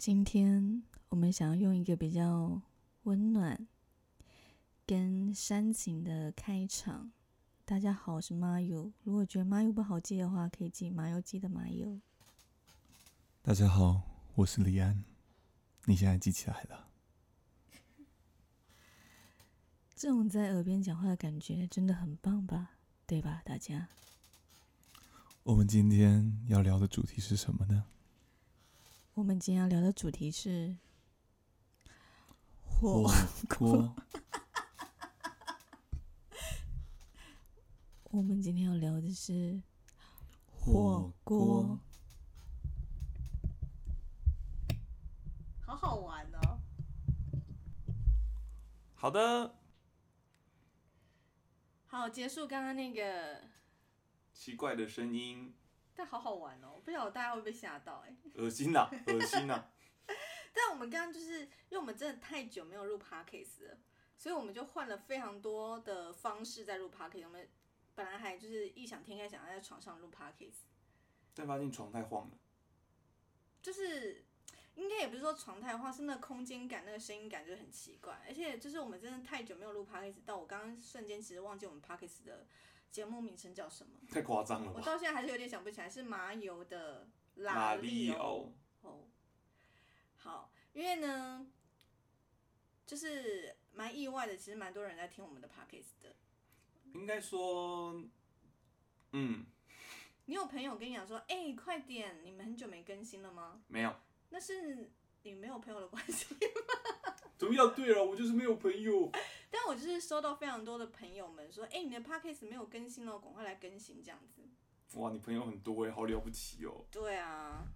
今天我们想要用一个比较温暖跟煽情的开场。大家好，我是麻油。如果觉得麻油不好记的话，可以记麻油鸡的麻油。 大家好，我是李安。你现在记起来了？ 这种在耳边讲话的感觉真的很棒吧？对吧，大家？ 我们今天要聊的主题是什么呢？ 我们今天要聊的主题是火锅。 我们今天要聊的是火锅。好好玩哦！ 好的。 好，结束刚刚那个奇怪的声音， 但好好玩哦！不晓得大家会不会吓到恶心呐，恶心呐！ 但我们刚刚就是因为我们真的太久没有录 podcast 了，所以我们就换了非常多的方式在录 podcast。我们本来还就是异想天开，想要在床上录 podcast， 但发现床太晃了。 就是应该也不是说床太晃，是那个空间感、那个声音感就很奇怪。而且就是我们真的太久没有录 podcast， 到我刚刚瞬间其实忘记我们 podcast 的节目名称叫什么， 太夸张了吧！ 我到现在还是有点想不起来，是麻油的拉力欧。 好，因为呢，就是蛮意外的，其实蛮多人在听我们的 podcast 的。 应该说， 你有朋友跟你讲说，快点，你们很久没更新了吗？ 没有。 那是你没有朋友的关系。 怎么样？对了，我就是没有朋友。 但我就是收到非常多的朋友们说，你的 podcast 没有更新了，赶快来更新这样子。 哇，你朋友很多好了不起哦。 对啊，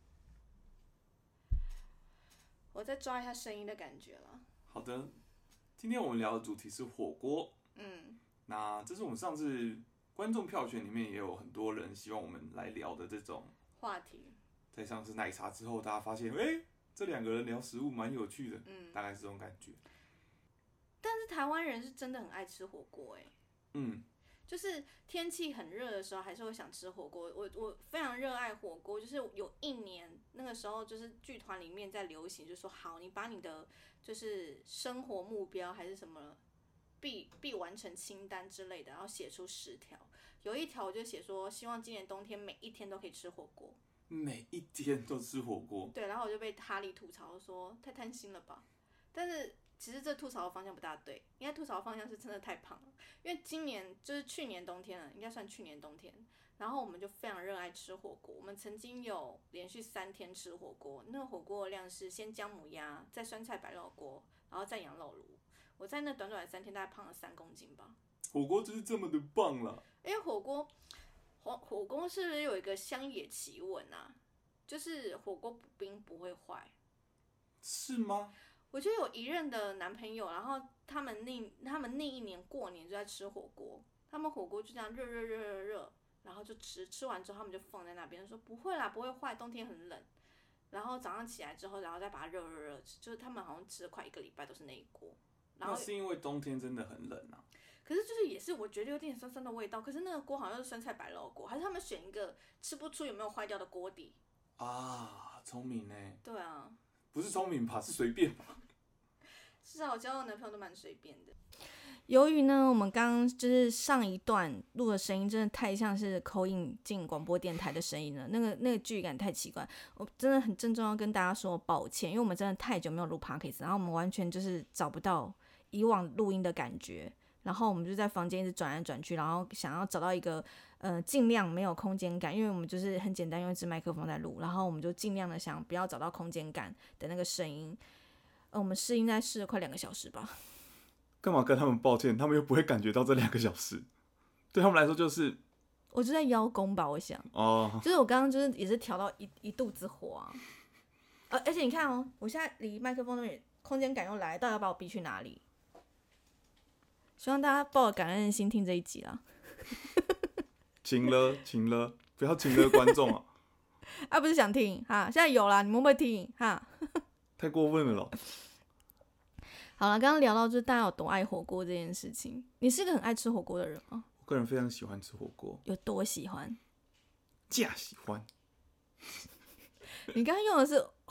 我再抓一下声音的感觉了。 好的，今天我们聊的主题是火锅。那这是我们上次观众票选里面也有很多人希望我们来聊的这种话题。 在上次奶茶之后，大家发现，这两个人聊食物蛮有趣的，大概是这种感觉。 但是台湾人是真的很爱吃火锅就是天气很热的时候，还是会想吃火锅。我非常热爱火锅，就是有一年那个时候，就是剧团里面在流行，就说好，你把你的就是生活目标还是什么必完成清单之类的，然后写出10条。有一条我就写说，希望今年冬天每一天都可以吃火锅。 每一天都吃火锅。 对，然后我就被哈利吐槽说太贪心了吧。但是其实这吐槽的方向不大对，应该吐槽的方向是真的太胖了。因为今年就是去年冬天了，应该算去年冬天。然后我们就非常热爱吃火锅，我们曾经有连续3天吃火锅，那个火锅的量是先姜母鸭，再酸菜白肉锅，然后再羊肉炉。我在那短短的3天大概胖了3公斤吧。 火锅就是这么的棒啦。 因为火锅是不是有一个乡野奇闻啊？就是火锅补冰不会坏。 是吗？ 我就有一任的男朋友，然后他们那一年过年就在吃火锅，他们火锅就这样热，然后就吃完之后他们就放在那边，说不会啦，不会坏，冬天很冷。然后早上起来之后，然后再把它热吃，就是他们好像吃了快1个礼拜都是那一锅。然后那是因为冬天真的很冷啊。 可是就是也是我觉得有点酸酸的味道，可是那个锅好像是酸菜白肉锅，还是他们选一个吃不出有没有坏掉的锅底啊？聪明呢。 对啊， 不是聪明吧，是随便吧。 是啊，我交的男朋友都蛮随便的。由于呢，我们刚刚就是上一段录的声音真的太像是call in进广播电台的声音了，那个距离感太奇怪，我真的很郑重要跟大家说抱歉，因为我们真的太久没有录 podcast， 然后我们完全就是找不到以往录音的感觉，然后我们就在房间一直转来转去，然后想要找到一个尽量没有空间感，因为我们就是很简单用一支麦克风在录，然后我们就尽量的想不要找到空间感的那个声音。我们试音试了快2个小时吧。 干嘛跟他们抱歉？他们又不会感觉到这2个小时，对他们来说就是我就在邀功吧，我想。就是我刚刚就是也是调到一肚子火啊。而且你看哦，我现在离麦克风那边空间感又来，到底要把我逼去哪里？希望大家抱着感恩的心听这一集啦。 请了，不要请了观众啊！ 不是想听哈，现在有啦，你们会不会听哈？ 太过分了咯。 好了，刚刚聊到就是大家有多爱火锅这件事情，你是个很爱吃火锅的人吗？ 我个人非常喜欢吃火锅。 有多喜欢？ 假喜欢。 你刚刚用的是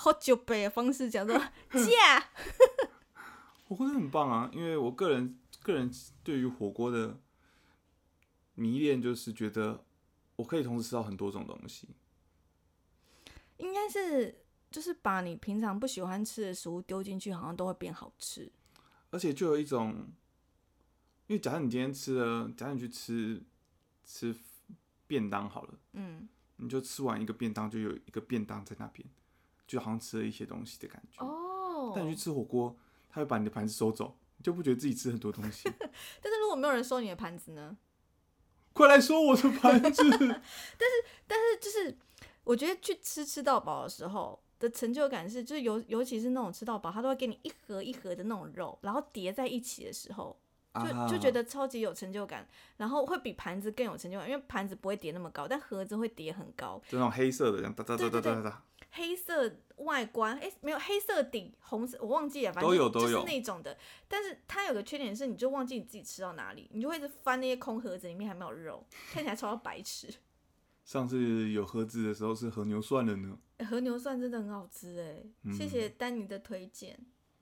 好酒杯的方式讲说驾。 火锅真的很棒啊，因为我个人对于火锅的迷恋就是觉得我可以同时吃到很多种东西。 应该是就是把你平常不喜欢吃的食物丢进去，好像都会变好吃。 而且就有一种，因为假设你今天假设你去吃便当好了，你就吃完一个便当，就有一个便当在那边，就好像吃了一些东西的感觉。但你去吃火锅，他会把你的盘子收走，你就不觉得自己吃很多东西。 但是如果没有人收你的盘子呢？ 快来收我的盘子！ 但是就是我觉得去吃到饱的时候的成就感是，就是尤其是那种吃到饱，他都会给你一盒一盒的那种肉，然后叠在一起的时候，就觉得超级有成就感，然后会比盘子更有成就感，因为盘子不会叠那么高，但盒子会叠很高， 就那种黑色的这样哒哒哒哒哒哒。 黑色外观，没有黑色底，红色我忘记了，反正都是那种的。但是它有个缺点是，你就忘记你自己吃到哪里，你就会一直翻那些空盒子，里面还没有肉，看起来超白痴。 上次有盒子的时候是和牛涮的呢， 和牛涮真的很好吃哎，谢谢丹尼的推荐。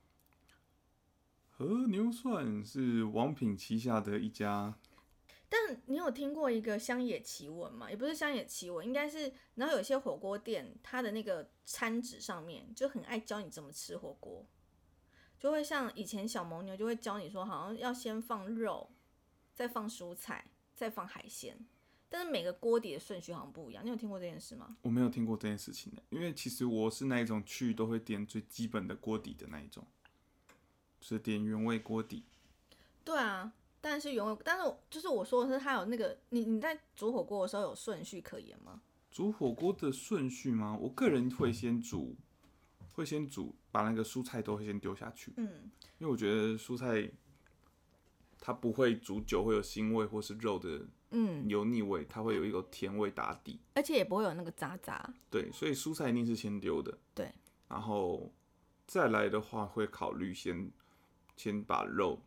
和牛涮是王品旗下的一家。 但你有听过一个乡野奇闻吗？也不是乡野奇闻，应该是，然后有些火锅店，它的那个餐纸上面就很爱教你怎么吃火锅，就会像以前小蒙牛就会教你说，好像要先放肉，再放蔬菜，再放海鲜，但是每个锅底的顺序好像不一样。你有听过这件事吗？ 我没有听过这件事情，因为其实我是那一种去都会点最基本的锅底的那一种，就是点原味锅底。 对啊。但是原味，但是就是我说的是，它有那个你在煮火锅的时候有顺序可言吗？ 煮火锅的顺序吗？我个人会先煮，把那个蔬菜都会先丢下去。因为我觉得蔬菜它不会煮久会有腥味或是肉的油腻味，它会有一个甜味打底， 而且也不会有那个渣渣。 对，所以蔬菜一定是先丢的。 对， 然后再来的话会考虑先把肉。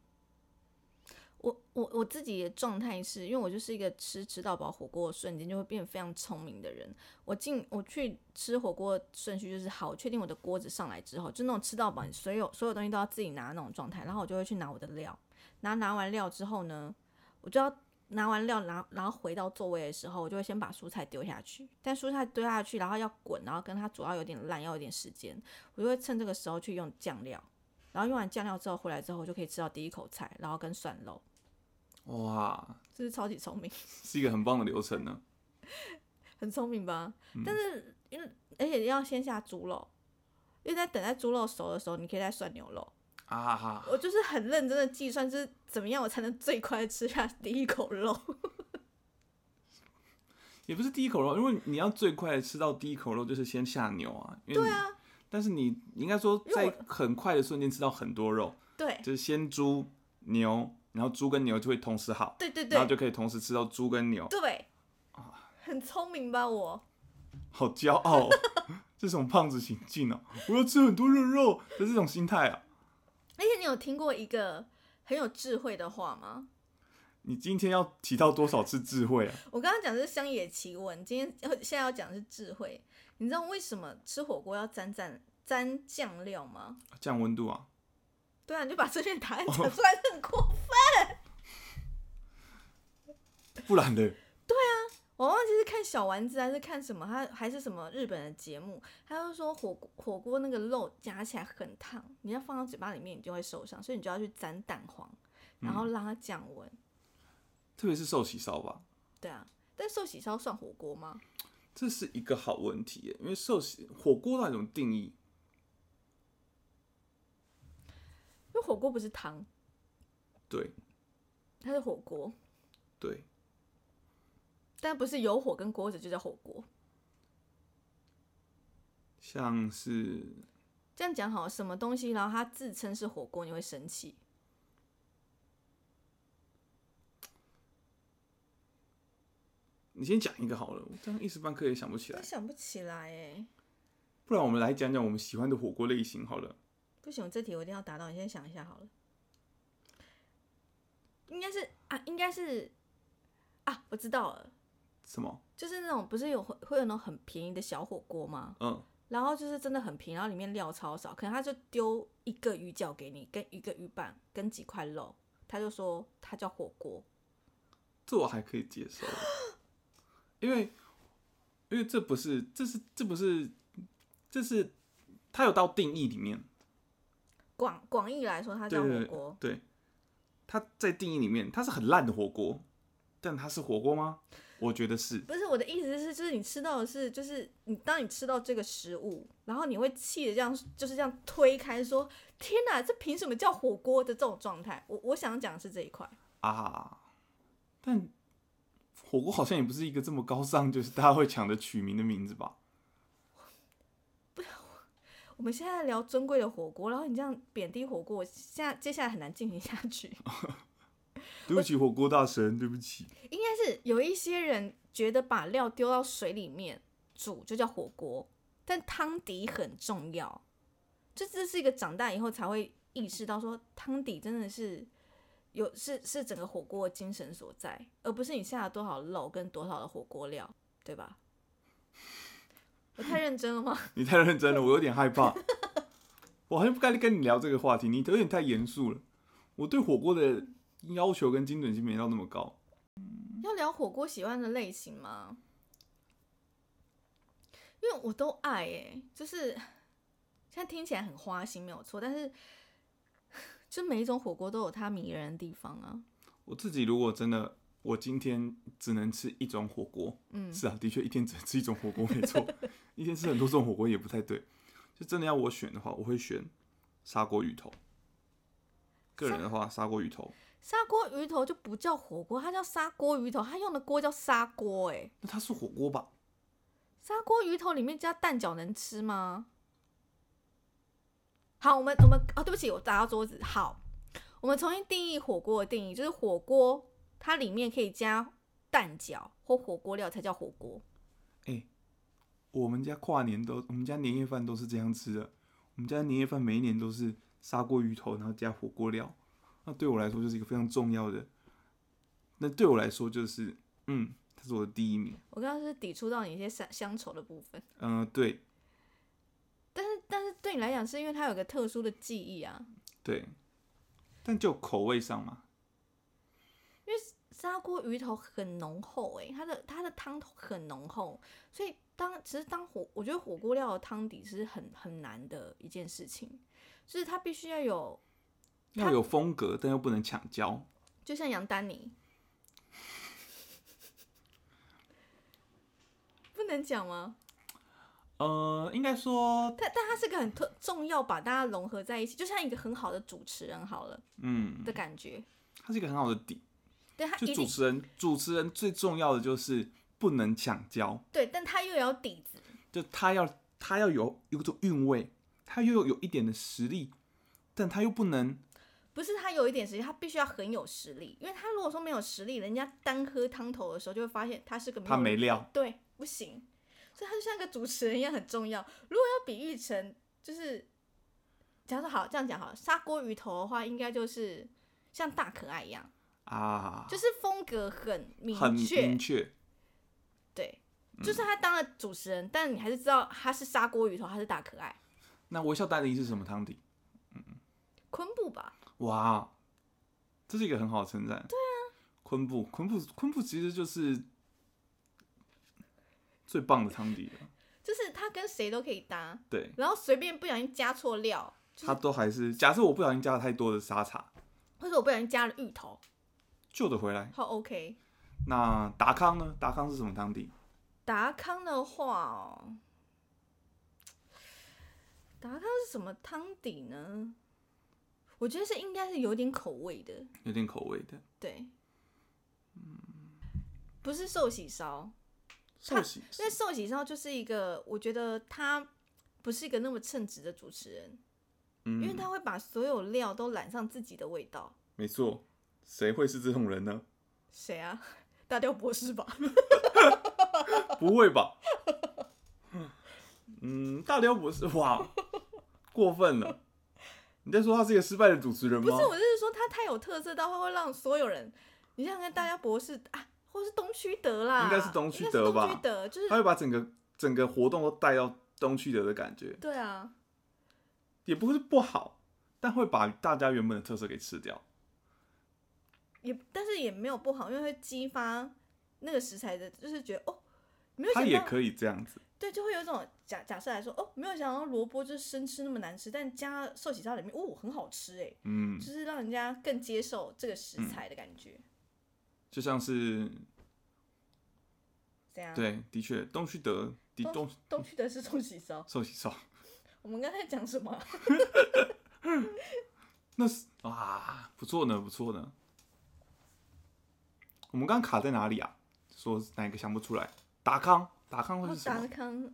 我自己的状态是，因为我就是一个吃到饱火锅的瞬间就会变得非常聪明的人。我去吃火锅的顺序就是好，确定我的锅子上来之后，就那种吃到饱，所有东西都要自己拿那种状态，然后我就会去拿我的料，拿完料之后呢，我就要拿完料，然后回到座位的时候，我就会先把蔬菜丢下去，但蔬菜丢下去，然后要滚，然后跟它煮到有点烂，要有点时间，我就会趁这个时候去用酱料，然后用完酱料之后回来之后，我就可以吃到第一口菜，然后跟涮肉。 哇， 这是超级聪明， 是一个很棒的流程呢。 很聪明吧？但是而且要先下猪肉，因为在等待猪肉熟的时候，你可以再涮牛肉。我就是很认真的计算，就是怎么样我才能最快吃下第一口肉。 也不是第一口肉，因为你要最快的吃到第一口肉，就是先下牛啊。 对啊。 但是你应该说在很快的瞬间吃到很多肉。 对。 就是先猪牛。然后猪跟牛就会同时好， 对， 然后就可以同时吃到猪跟牛。 对，很聪明吧我？ 好骄傲、这种胖子行径哦！我要吃很多肉的这种心态啊！ 而且你有听过一个很有智慧的话吗？ 你今天要提到多少次智慧啊？ 我刚刚讲的是乡野奇闻，现在要讲的是智慧。你知道为什么吃火锅要沾酱料吗？ 降温度啊。 对啊，你就把正确答案讲出来，很过分。 不然的。 对啊，我忘记是看小丸子还是看什么，还是什么日本的节目，他就说火锅那个肉夹起来很烫，你要放到嘴巴里面你就会受伤，所以你就要去沾蛋黄，然后让它降温。 特别是寿喜烧吧。 对啊，但寿喜烧算火锅吗？ 这是一个好问题耶，因为火锅到底怎么定义？ 因为火锅不是汤。 对。 它是火锅。 对。 但不是有火跟锅子就叫火锅。 像是这样讲好了，什么东西然后它自称是火锅，你会生气？ 你先讲一个好了，我这样一时半刻也想不起来。 我想不起来哎。 不然我们来讲讲我们喜欢的火锅类型好了。 不行，这题我一定要答到，你先想一下好了。应该是啊，我知道了。 什么？ 就是那种不是会有那种很便宜的小火锅吗？ 然后就是真的很平，然后里面料超少，可能他就丢一个鱼饺给你，跟一个鱼板，跟几块肉，他就说他叫火锅。 这我还可以接受，因为这不是它有到定义里面。 广义来说，它叫火锅。 对，它在定义里面，它是很烂的火锅，但它是火锅吗？我觉得是。 不是，我的意思是，就是你吃到的是，就是当你吃到这个食物，然后你会气的这样，就是这样推开说：“天哪，这凭什么叫火锅？”的这种状态。我想讲的是这一块啊。但火锅好像也不是一个这么高尚，就是大家会抢着取名的名字吧？ 我们现在聊尊贵的火锅，然后你这样贬低火锅，接下来很难进行下去。 对不起，火锅大神，对不起。 应该是有一些人觉得把料丢到水里面煮就叫火锅，但汤底很重要。这是一个长大以后才会意识到，说汤底真的是是整个火锅的精神所在，而不是你下了多少肉跟多少的火锅料，对吧？我太认真了吗？ 你太认真了，我有点害怕。我好像不该跟你聊这个话题，你有点太严肃了。我对火锅的要求跟精准性没到那么高。 要聊火锅喜欢的类型吗？因为我都爱就是现在听起来很花心没有错，但是就每一种火锅都有它迷人的地方啊。 我自己如果真的我今天只能吃一种火锅，是啊，的确一天只能吃一种火锅没错，一天吃很多种火锅也不太对。就真的要我选的话，我会选砂锅鱼头。个人的话，砂锅鱼头。 砂锅鱼头就不叫火锅，它叫砂锅鱼头，它用的锅叫砂锅那它是火锅吧？ 砂锅鱼头里面加蛋饺能吃吗？好，我们对不起，我打到桌子。好，我们重新定义火锅的定义，就是火锅它里面可以加蛋饺或火锅料才叫火锅。 我们家跨年我们家年夜饭都是这样吃的。我们家年夜饭每一年都是砂锅鱼头，然后加火锅料。那对我来说就是一个非常重要的。那对我来说就是，它是我的第一名。 我刚刚是抵触到你一些乡愁的部分。 对。 但是对你来讲，是因为它有个特殊的记忆啊。对。 但就口味上嘛， 因为砂锅鱼头很浓厚它的汤头很浓厚，所以我觉得火锅料的汤底是很难的一件事情，就是它必须要有风格，但又不能抢焦。 就像杨丹妮，不能讲吗？ 应该说， 但它是个很重要，把大家融合在一起，就像一个很好的主持人好了，的感觉。 它是一个很好的底。 对，他就主持人最重要的就是不能抢焦。 对，但他又有底子， 就他要有一种韵味，他又有一点的实力，但他又不能。 不是他有一点实力，他必须要很有实力，因为他如果说没有实力，人家单喝汤头的时候就会发现他是个他没料， 对，不行。所以他就像个主持人一样很重要。如果要比喻成，就是假如说好这样讲好了，砂锅鱼头的话，应该就是像大可爱一样啊，就是风格很明确，对，就是他当了主持人，但你还是知道他是砂锅鱼头，他是大可爱。 那微笑丹妮是什么汤底？ 昆布吧。 哇，这是一个很好的称赞。 对啊， 昆布其实就是最棒的汤底了， 就是它跟谁都可以搭。 对， 然后随便不小心加错料， 它都还是。假设我不小心加了太多的沙茶， 或者我不小心加了芋头， 救得回来。 好 OK。 那达康呢？达康是什么汤底？ 达康的话达康是什么汤底呢？我觉得应该是有点口味的。 有点口味的。 对。不是寿喜烧。因为寿喜烧就是一个，我觉得他不是一个那么称职的主持人，因为他会把所有料都染上自己的味道。 没错，谁会是这种人呢？ 谁啊？大雕博士吧？ 不会吧？大雕博士，哇，过分了！你在说他是一个失败的主持人吗？ 不是，我就是说他太有特色到他会让所有人，你想看大雕博士啊。或是东区德啦， 应该是东区德吧？ 就是他会把整个活动都东区德的感觉。 对啊， 也不是不好，但会把大家原本的特色给吃掉。 但是也没有不好，因为会激发那个食材的，就是觉得没有想到它也可以这样子。 对，就会有一种假设来说，没有想到萝卜就是生吃那么难吃，但加寿喜烧里面，很好吃哎，就是让人家更接受这个食材的感觉。 就像是， 这样对，的确，东区德东区德是寿喜烧。 寿喜烧， 我们刚才讲什么？ 那是不错呢，不错呢。我们刚刚卡在哪里啊？说哪一个想不出来？达康会是什么？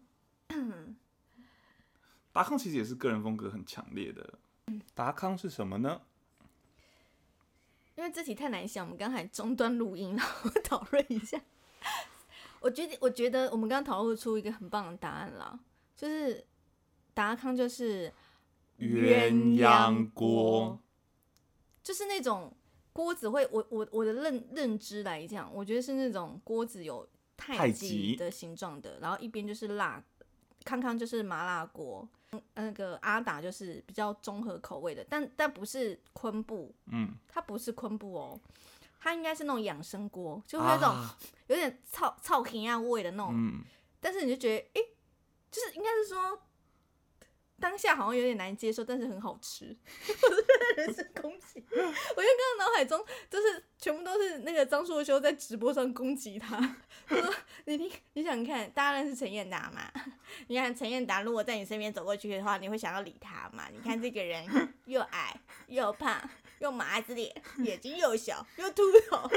达康其实也是个人风格很强烈的。达康是什么呢？ 因为这题太难想，我们刚才中断录音，然后讨论一下。我觉得我们刚刚讨论出一个很棒的答案啦，就是达康就是鸳鸯锅， 就是那种锅子会，我的认知来讲，我觉得是那种锅子有太极的形状的，然后一边就是辣，康康就是麻辣锅，那个阿达就是比较综合口味的，但不是昆布，它不是昆布哦，它应该是那种养生锅，就会有一种有点臭甜啊味的那种，但是你就觉得就是应该是说。当下好像有点难接受，但是很好吃。我是觉得人身攻击。我觉得刚刚脑海中就是全部都是那个张硕修在直播上攻击他。他说：“你想看，大家认识陈彦达吗？你看陈彦达如果在你身边走过去的话，你会想要理他吗？你看这个人又矮又胖又麻子脸，眼睛又小又秃头，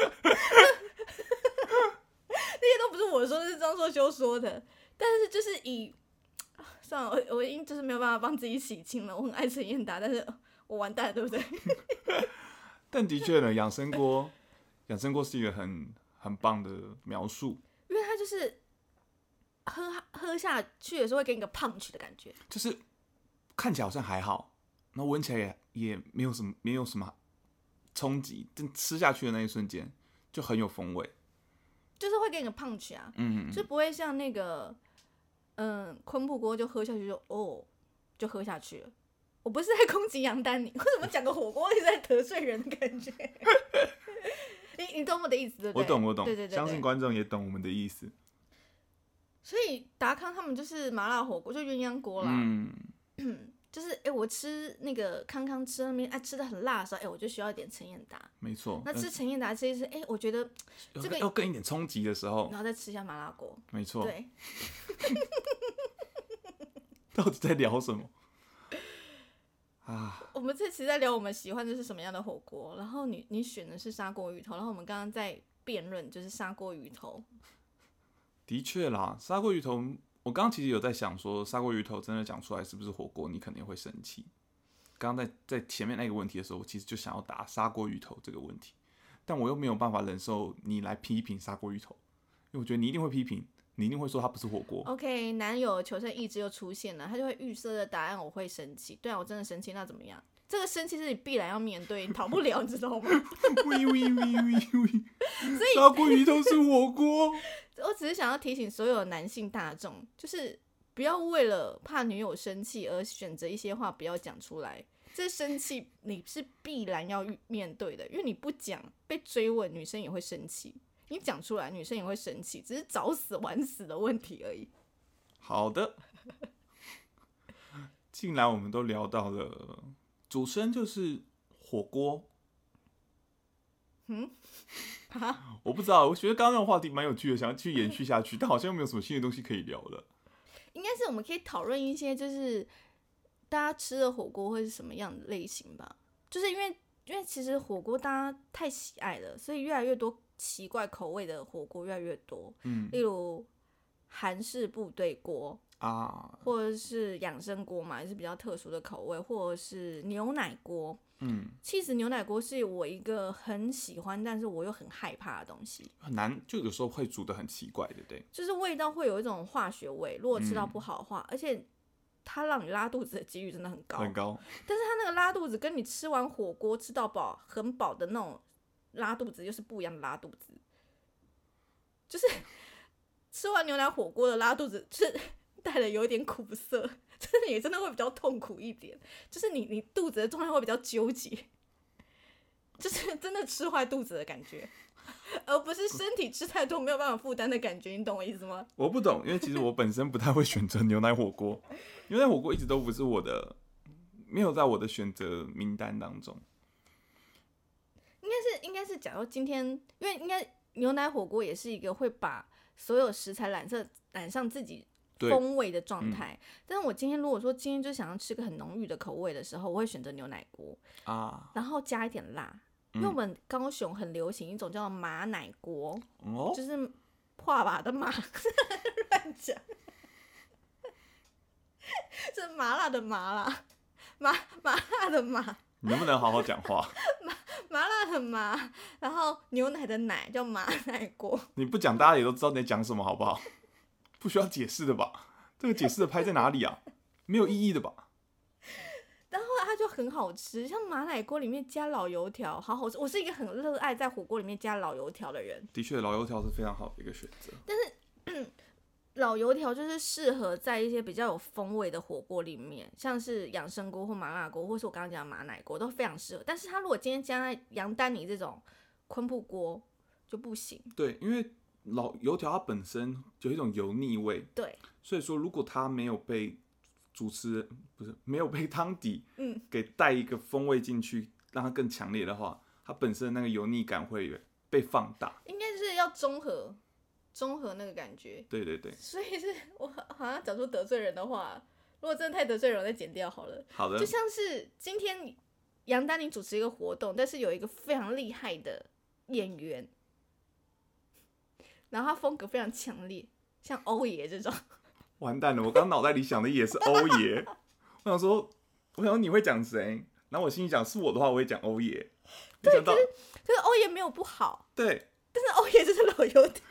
那些都不是我说的，是张硕修说的。但是就是以。”算了，我已经就是没有办法帮自己洗清了。我很爱陈彦达，但是我完蛋了，对不对？ 但的确呢，养生锅是一个很棒的描述， 因为它就是喝下去的时候会给你个 punch 的感觉， 就是看起来好像还好，然后闻起来也没有什么冲击，但吃下去的那一瞬间就很有风味， 就是会给你个 punch 啊，就不会像那个。昆布锅就喝下去就喝下去了。我不是在攻击杨丹妮，为什么讲个火锅一直在得罪人的感觉？你懂我的意思对不对？ 我懂， 对， 相信观众也懂我们的意思。 所以达康他们就是麻辣火锅，就鸳鸯锅啦。就是我吃那个康康吃那边吃的很辣的时候，我就需要一点陈彦达。 没错。 那吃陈彦达吃一吃，我觉得这个要更一点冲击的时候， 然后再吃一下麻辣锅。 没错。 对。 到底在聊什么？ 我们这期在聊我们喜欢的是什么样的火锅，然后你选的是砂锅鱼头，然后我们刚刚在辩论就是砂锅鱼头。 的确啦，砂锅鱼头，我刚刚其实有在想说，砂锅鱼头真的讲出来是不是火锅，你肯定会生气。刚刚在前面那个问题的时候，我其实就想要答砂锅鱼头这个问题，但我又没有办法忍受你来批评砂锅鱼头，因为我觉得你一定会批评。你一定会说它不是火锅。 OK， 男友求生意志又出现了，他就会预设的答案我会生气。对啊，我真的生气，那怎么样？这个生气是你必然要面对，你逃不了，你知道吗？所以砂锅鱼头是火锅。 我只是想要提醒所有的男性大众，就是不要为了怕女友生气而选择一些话不要讲出来。这生气你是必然要面对的，因为你不讲被追问，女生也会生气。你讲出来，女生也会生气，只是早死晚死的问题而已。 好的，既然我们都聊到了，主持人就是火锅。我不知道，我觉得刚刚那个话题蛮有趣的，想要继续延续下去，但好像又没有什么新的东西可以聊了。 应该是我们可以讨论一些，就是大家吃的火锅会是什么样的类型吧？就是因为其实火锅大家太喜爱了，所以越来越多奇怪口味的火锅越来越多。例如韩式部队锅啊，或者是养生锅嘛，也是比较特殊的口味，或者是牛奶锅。起司牛奶锅是我一个很喜欢，但是我又很害怕的东西。 很难，就有时候会煮得很奇怪，对不对？ 就是味道会有一种化学味，如果吃到不好的话，而且它让你拉肚子的几率真的很高， 很高。 但是它那个拉肚子跟你吃完火锅吃到饱很饱的那种拉肚子又是不一样的拉肚子，就是吃完牛奶火锅的拉肚子是带了有点苦涩，真的也真的会比较痛苦一点，就是你肚子的状态会比较纠结，就是真的吃坏肚子的感觉，而不是身体吃太多没有办法负担的感觉，你懂我意思吗？ 我不懂，因为其实我本身不太会选择牛奶火锅，牛奶火锅一直都不是没有在我的选择名单当中。 应该是假如今天，因为应该牛奶火锅也是一个会把所有食材染上自己风味的状态，但是我今天如果说今天就想要吃个很浓郁的口味的时候，我会选择牛奶锅啊，然后加一点辣，因为我们高雄很流行一种叫做麻奶锅，就是破把的麻，乱讲，是麻辣的麻啦，麻辣的麻， 你能不能好好讲话？ 麻辣的麻，然后牛奶的奶叫麻奶锅。 你不讲，大家也都知道你在讲什么，好不好？不需要解释的吧？这个解释的拍在哪里啊？没有意义的吧？ 然后它就很好吃，像麻奶锅里面加老油条，好好吃。我是一个很热爱在火锅里面加老油条的人。 的确，老油条是非常好的一个选择。 但是老油条就是适合在一些比较有风味的火锅里面，像是养生锅或麻辣锅，或是我刚刚讲的麻奶锅都非常适合。但是它如果今天加在杨丹尼这种昆布锅就不行。 对，因为老油条它本身有一种油腻味， 对， 所以说如果它没有被没有被汤底给带一个风味进去，让它更强烈的话，它本身的那个油腻感会被放大。 应该是要中和那个感觉。 对对对。 所以是我好像讲出得罪人的话，如果真的太得罪人，我再剪掉好了。 好的。 就像是今天杨丹妮主持一个活动，但是有一个非常厉害的演员，然后他风格非常强烈，像欧爷这种。 完蛋了，我刚脑袋里想的也是欧爷。我想说你会讲谁？然后我心里想，是我的话，我会讲欧爷。 对，可是欧爷没有不好。 对。 但是欧爷就是老油条。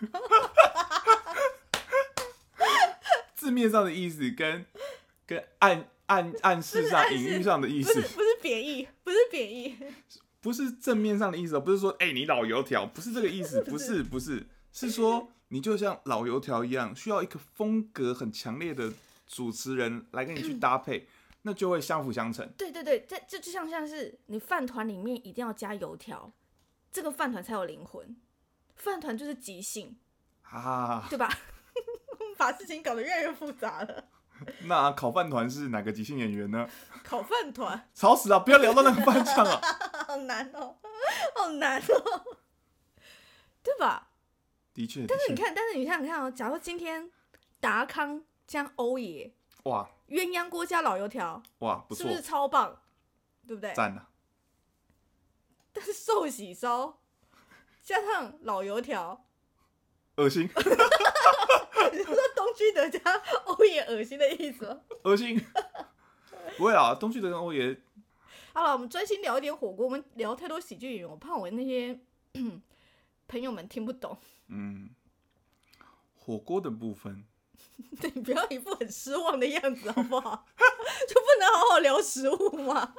字面上的意思跟暗示上、隐喻上的意思， 不是贬义， 不是正面上的意思，不是说你老油条，不是这个意思，不是，是说你就像老油条一样，需要一个风格很强烈的主持人来跟你去搭配，那就会相辅相成。 对，这就像是你饭团里面一定要加油条，这个饭团才有灵魂。饭团就是即兴啊，对吧？把事情搞得越来越复杂了。 那烤饭团是哪个即兴演员呢？ 烤饭团， 吵死了！不要聊到那个饭上啊！ 好难哦，对吧？ 的确。 但是你想想看哦，假如今天达康加欧爷， 哇， 鸳鸯锅加老油条， 哇，不错， 是不是超棒？对不对？ 赞啊！ 但是寿喜烧加上老油条， 恶心。 你说东区德加欧爷恶心的意思吗？ 恶心。不会啊，东区德跟欧爷。 好了，我们专心聊一点火锅。我们聊太多喜剧演员，我怕我那些朋友们听不懂。 火锅的部分。 对，你不要一副很失望的样子，好不好？就不能好好聊食物吗？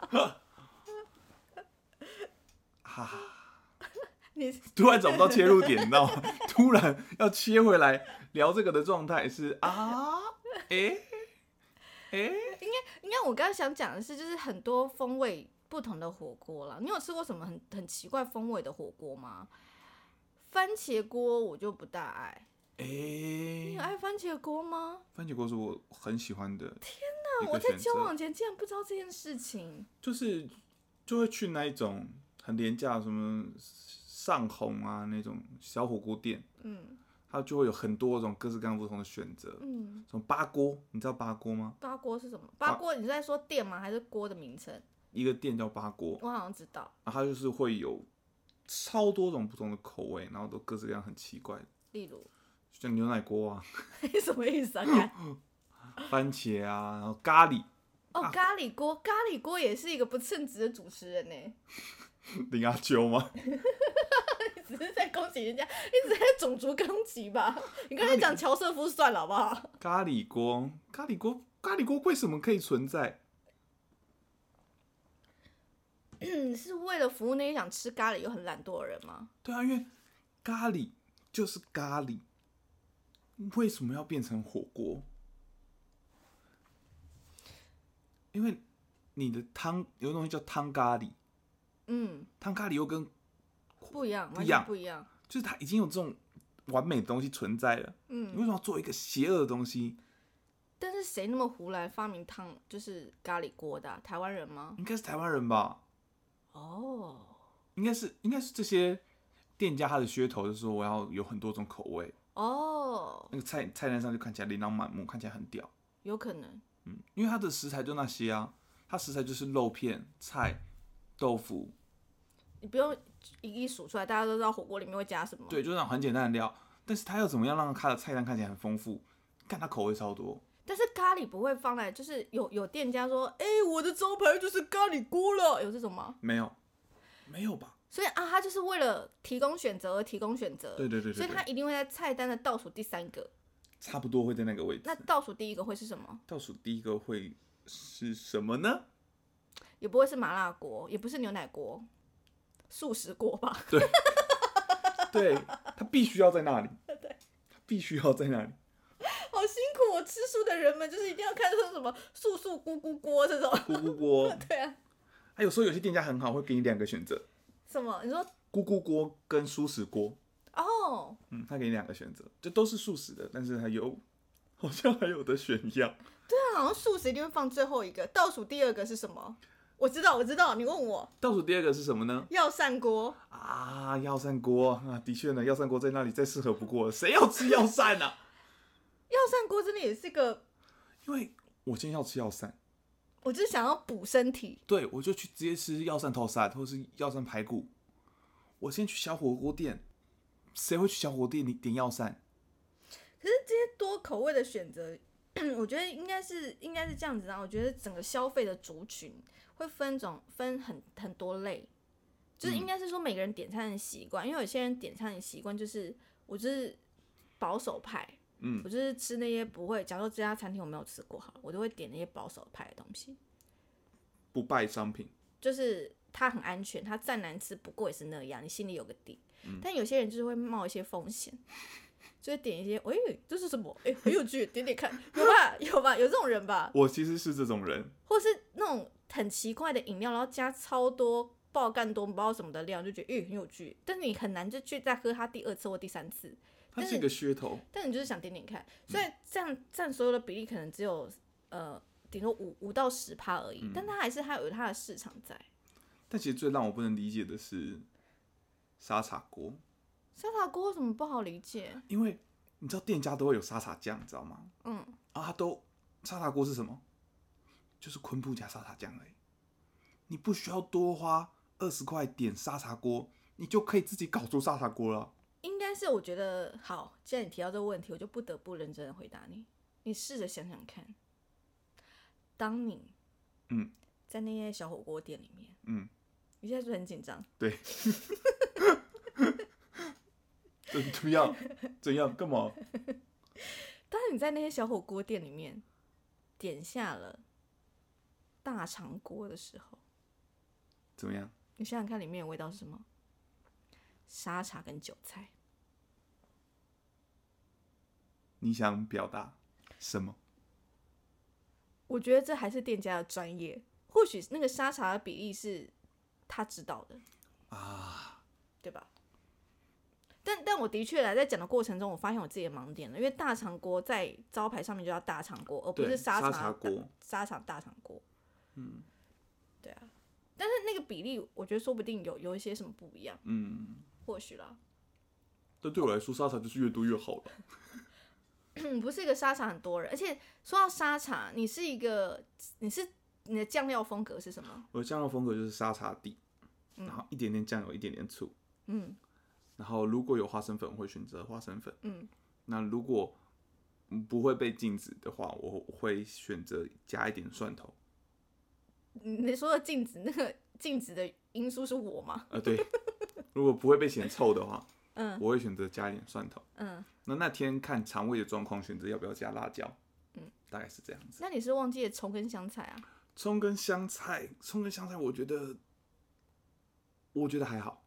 你突然找不到切入点，你知道吗？突然要切回来聊这个的状态是应该我刚刚想讲的是，就是很多风味不同的火锅啦。你有吃过什么很奇怪风味的火锅吗？番茄锅我就不大爱。你有爱番茄锅吗？ 番茄锅是我很喜欢的。 天哪！我在交往前竟然不知道这件事情。 就会去那一种很廉价什么上红啊那种小火锅店，它就会有很多种各式各样不同的选择。什么八锅，你知道八锅吗？ 八锅是什么？八锅你是在说店吗？还是锅的名称？ 一个店叫八锅， 我好像知道。 然后它就是会有超多种不同的口味，然后都各式各样很奇怪的。 例如， 像牛奶锅啊。 什么意思啊？ 番茄啊，然后咖喱。 咖喱锅也是一个不称职的主持人呢。 林阿啾吗？ 你只是在攻击人家，你只是在种族攻击吧？你刚才讲乔瑟夫算了好不好？ 咖喱锅为什么可以存在？ 是为了服务那些想吃咖喱又很懒惰的人吗？ 对啊，因为咖喱就是咖喱，为什么要变成火锅？ 因为你的汤有个东西叫汤咖喱，汤咖喱又跟不一样，完全不一样， 就是它已经有这种完美的东西存在了，你为什么要做一个邪恶的东西？ 但是谁那么胡来发明汤就是咖喱锅的台湾人吗？ 应该是台湾人吧？ 哦， 应该是这些店家他的噱头就是说我要有很多种口味，那个菜单上就看起来琳琅满目，看起来很屌， 有可能， 因为它的食材就那些啊，它食材就是肉片、菜、豆腐， 你不用一一数出来，大家都知道火锅里面会加什么。 对，就是那种很简单的料，但是它要怎么样让它的菜单看起来很丰富？看它口味超多。 但是咖喱不会放在，就是有店家说，我的招牌就是咖喱锅了，有这种吗？ 没有吧？ 所以他就是为了提供选择而提供选择， 对， 所以他一定会在菜单的倒数第3个， 差不多会在那个位置。 那倒数第1个会是什么？ 倒数第1个会是什么呢？ 也不会是麻辣锅，也不是牛奶锅，素食锅吧？ 对，它必须要在那里，必须要在那里。 好辛苦哦，吃素的人们就是一定要看出什么素咕咕锅这种。 咕咕锅。 对啊。 有时候有些店家很好，会给你2个选择。 什么？你说咕咕锅跟素食锅。 哦。 他给你2个选择，就都是素食的，但是好像还有的选样。 对啊，好像素食一定会放最后1个，倒数第2个是什么？我知道，你问我。 倒数第2个是什么呢？ 药膳锅啊，药膳锅啊，的确呢，药膳锅在那里再适合不过了，谁要吃药膳啊？ 药膳锅真的也是个， 因为我今天要吃药膳， 我就是想要补身体， 对，我就去直接吃药膳头膳或是药膳排骨。我先去小火锅店，谁会去小火锅店点药膳？ 可是这些多口味的选择，我觉得应该是这样子啊。我觉得整个消费的族群会分很多类，就是应该是说每个人点餐的习惯，因为有些人点餐的习惯就是我就是保守派。我就是吃那些不会，假如说这家餐厅我没有吃过好了，我就会点那些保守派的东西， 不败商品， 就是它很安全，它再难吃不过也是那样，你心里有个底。但有些人就是会冒一些风险，就会点一些，这是什么？很有趣，点点看，有吧？有这种人吧？ 我其实是这种人， 或是那种很奇怪的饮料，然后加超多爆干多不知道什么的料，就觉得很有趣，但是你很难就去再喝它第2次或第3次。 它是一个噱头， 但你就是想点点看，所以这样占所有的比例可能只有顶多5到10%而已，但它还是有它的市场在。 但其实最让我不能理解的是沙茶锅。 沙茶锅为什么不好理解？ 因为你知道店家都会有沙茶酱，你知道吗？沙茶锅是什么？就是昆布加沙茶酱而已。你不需要多花20块点沙茶锅，你就可以自己搞出沙茶锅了。 应该是我觉得好，既然你提到这个问题，我就不得不认真的回答你。你试着想想看，当你在那些小火锅店里面，你现在是不是很紧张？ 对。怎样？干嘛？ 当你在那些小火锅店里面点下了大肠锅的时候， 怎么样？ 你想想看里面的味道是什么？沙茶跟韭菜。 你想表达什么？ 我觉得这还是店家的专业，或许那个沙茶的比例是他知道的啊，对吧？但我的确在讲的过程中，我发现我自己的盲点了，因为大肠锅在招牌上面就叫大肠锅，而不是沙茶锅、沙茶大肠锅。对啊，但是那个比例，我觉得说不定有一些什么不一样。或许啦。 但对我来说，沙茶就是越多越好了。 不是一个沙茶很多人，而且说到沙茶，你的酱料风格是什么？ 我的酱料风格就是沙茶底，然后一点点酱油，一点点醋。然后如果有花生粉，我会选择花生粉。那如果不会被禁止的话，我会选择加一点蒜头。 你说的禁止，那个禁止的因素是我吗？ 对。如果不会被嫌臭的话，我会选择加一点蒜头。那天看肠胃的状况，选择要不要加辣椒。大概是这样子。 那你是忘记了葱跟香菜啊？ 葱跟香菜，我觉得还好。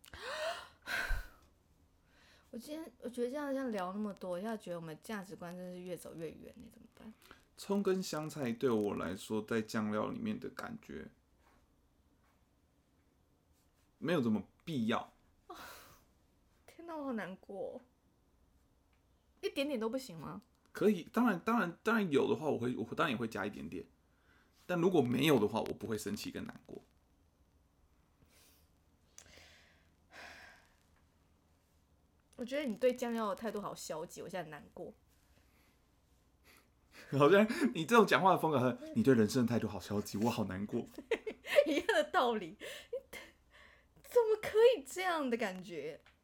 我觉得这样聊那么多，我现在觉得我们价值观真是越走越远，你怎么办？ 葱跟香菜对我来说，在酱料里面的感觉没有这么必要。 天哪，我好难过，一点点都不行吗？ 可以，当然有的话，我当然也会加一点点。但如果没有的话，我不会生气跟难过。 我觉得你对酱料的态度好消极，我现在很难过。 好像你这种讲话的风格，你对人生的态度好消极，我好难过。 一样的道理，怎么可以这样的感觉？